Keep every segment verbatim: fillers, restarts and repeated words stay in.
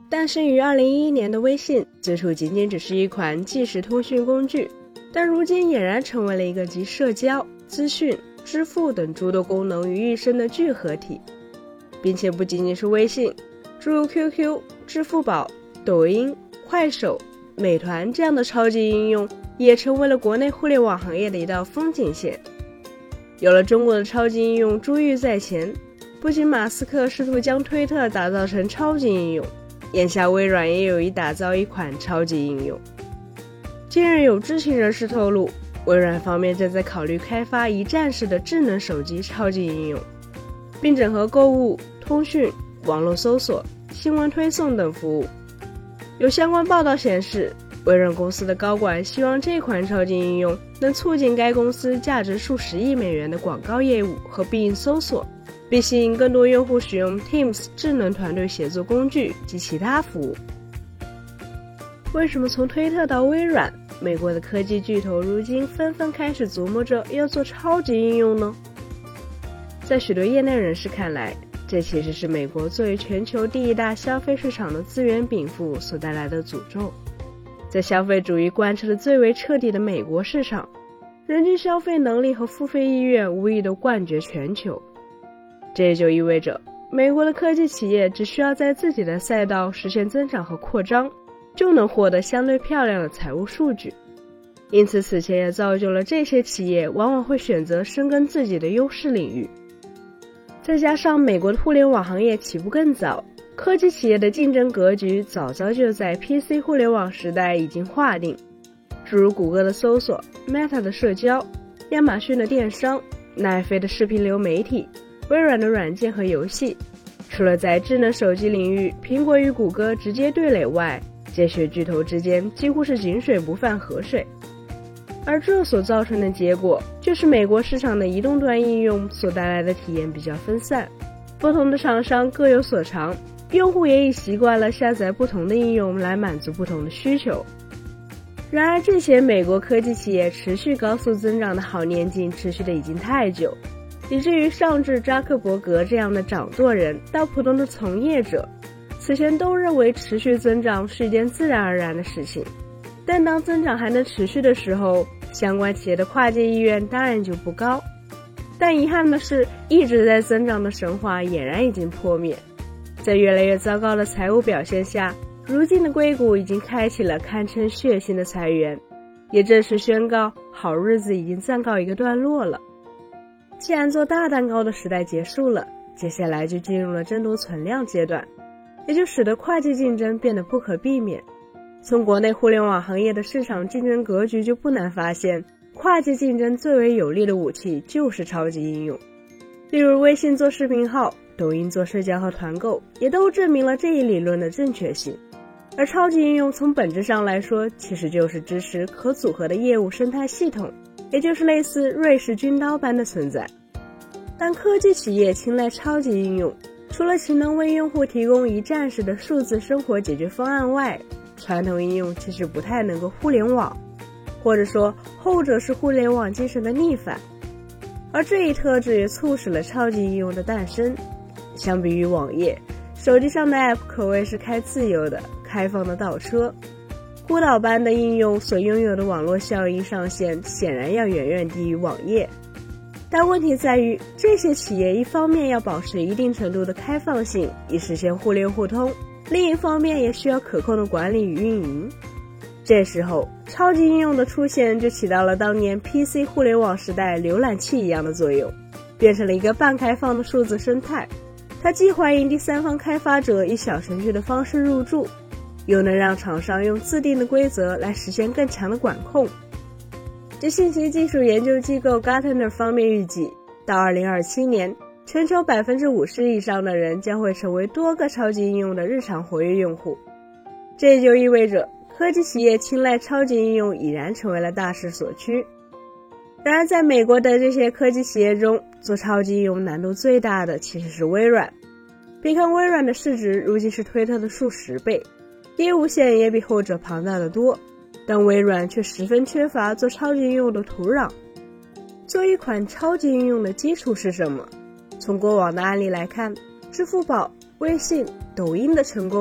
诞生于二零一一年的微信，最初仅仅只是一款即时通讯工具，但如今俨然成为了一个集社交、资讯、支付等诸多功能于一身的聚合体，并且不仅仅是微信，诸如 Q Q、支付宝、抖音、快手、美团这样的超级应用，也成为了国内互联网行业的一道风景线。有了中国的超级应用珠玉在前，不仅马斯克试图将推特打造成超级应用，眼下微软也有意打造一款超级应用。近日有知情人士透露，微软方面正在考虑开发一站式的智能手机超级应用，并整合购物、通讯、网络搜索、新闻推送等服务。有相关报道显示，微软公司的高管希望这款超级应用能促进该公司价值数十亿美元的广告业务和必应搜索，并吸引更多用户使用 Teams 智能团队协作工具及其他服务。为什么从推特到微软，美国的科技巨头如今纷纷开始琢磨着要做超级应用呢？在许多业内人士看来，这其实是美国作为全球第一大消费市场的资源禀赋所带来的诅咒。在消费主义贯彻的最为彻底的美国市场，人均消费能力和付费意愿无疑都冠绝全球。这也就意味着，美国的科技企业只需要在自己的赛道实现增长和扩张，就能获得相对漂亮的财务数据。因此此前也造就了这些企业往往会选择深耕自己的优势领域。再加上美国的互联网行业起步更早，科技企业的竞争格局早早就在 P C 互联网时代已经划定，诸如谷歌的搜索、Meta 的社交、亚马逊的电商、奈飞的视频流媒体、微软的软件和游戏。除了在智能手机领域苹果与谷歌直接对垒外，这些巨头之间几乎是井水不犯河水。而这所造成的结果，就是美国市场的移动端应用所带来的体验比较分散，不同的厂商各有所长，用户也已习惯了下载不同的应用来满足不同的需求。然而这些美国科技企业持续高速增长的好年景持续的已经太久，以至于上至扎克伯格这样的掌舵人到普通的从业者，此前都认为持续增长是一件自然而然的事情。但当增长还能持续的时候，相关企业的跨界意愿当然就不高。但遗憾的是，一直在增长的神话俨然已经破灭。在越来越糟糕的财务表现下，如今的硅谷已经开启了堪称血腥的裁员，也正式宣告好日子已经暂告一个段落了。既然做大蛋糕的时代结束了，接下来就进入了争夺存量阶段，也就使得跨界竞争变得不可避免。从国内互联网行业的市场竞争格局就不难发现，跨界竞争最为有力的武器就是超级应用。例如微信做视频号，抖音做社交和团购，也都证明了这一理论的正确性。而超级应用从本质上来说，其实就是支持可组合的业务生态系统，也就是类似瑞士军刀般的存在。当科技企业青睐超级应用，除了其能为用户提供一站式的数字生活解决方案外，传统应用其实不太能够互联网，或者说后者是互联网精神的逆反。而这一特质也促使了超级应用的诞生。相比于网页，手机上的 App 可谓是开自由的、开放的倒车。孤岛般的应用所拥有的网络效应上限显然要远远低于网页。但问题在于，这些企业一方面要保持一定程度的开放性，以实现互联互通，另一方面也需要可控的管理与运营。这时候，超级应用的出现就起到了当年 P C 互联网时代浏览器一样的作用，变成了一个半开放的数字生态。它既欢迎第三方开发者以小程序的方式入驻，又能让厂商用自定的规则来实现更强的管控。据信息技术研究机构 Gartner 方面预计，到二零二七年，全球 百分之五十 以上的人将会成为多个超级应用的日常活跃用户。这也就意味着，科技企业青睐超级应用已然成为了大势所趋。然而在美国的这些科技企业中，做超级应用难度最大的其实是微软。别看微软的市值如今是推特的数十倍，业务线也比后者庞大得多，但微软却十分缺乏做超级应用的土壤。做一款超级应用的基础是什么？从过往的案例来看，支付宝、微信、抖音的成功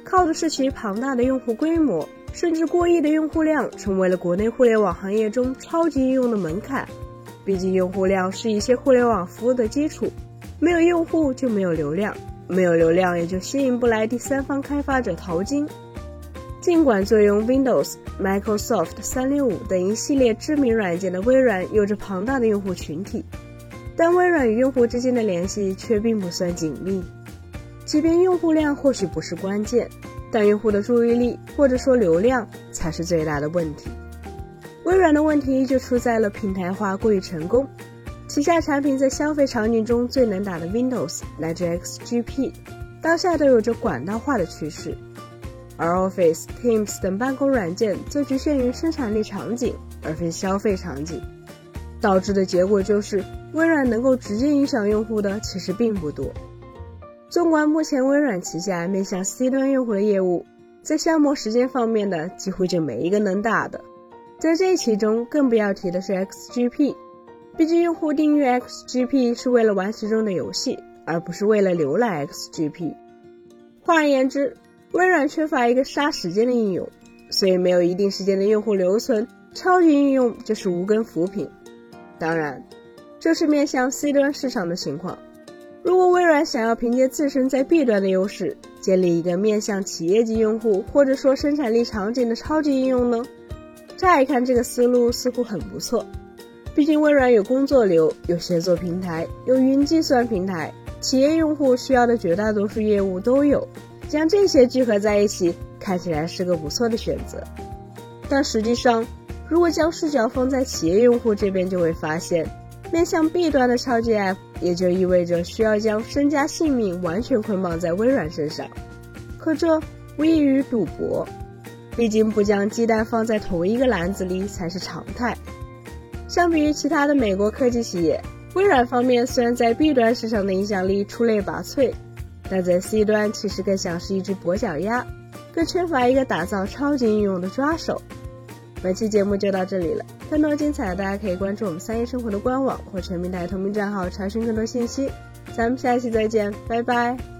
靠的是其庞大的用户规模，甚至过亿的用户量成为了国内互联网行业中超级应用的门槛。毕竟用户量是一些互联网服务的基础，没有用户就没有流量，没有流量也就吸引不来第三方开发者淘金。尽管坐拥 Windows、Microsoft 三六五等一系列知名软件的微软有着庞大的用户群体，但微软与用户之间的联系却并不算紧密。即便用户量或许不是关键，但用户的注意力或者说流量才是最大的问题。微软的问题就出在了平台化过于成功，旗下产品在消费场景中最能打的 Windows 乃至 X G P 当下都有着管道化的趋势，而 Office、Teams 等办公软件则局限于生产力场景而非消费场景，导致的结果就是微软能够直接影响用户的其实并不多。纵观目前微软旗下面向 C 端用户的业务，在消磨时间方面的几乎就没一个能打的。在这其中更不要提的是 X G P， 毕竟用户订阅 X G P 是为了玩其中的游戏，而不是为了浏览 X G P。 换而言之，微软缺乏一个杀时间的应用，所以没有一定时间的用户留存，超级应用就是无根浮萍。当然，这是面向 C 端市场的情况。如果微软想要凭借自身在 B 端的优势，建立一个面向企业级用户或者说生产力场景的超级应用呢？乍一看这个思路似乎很不错，毕竟微软有工作流，有协作平台，有云计算平台，企业用户需要的绝大多数业务都有，将这些聚合在一起，看起来是个不错的选择。但实际上，如果将视角放在企业用户这边，就会发现面向 B 端的超级 App 也就意味着需要将身家性命完全捆绑在微软身上，可这无异于赌博，毕竟不将鸡蛋放在同一个篮子里才是常态。相比于其他的美国科技企业，微软方面虽然在 B 端市场的影响力出类拔萃，但在 C 端其实更像是一只跛脚鸭，更缺乏一个打造超级应用的抓手。本期节目就到这里了，更多精彩大家可以关注我们三叶生活的官网或全平台同名账号查询更多信息。咱们下期再见，拜拜。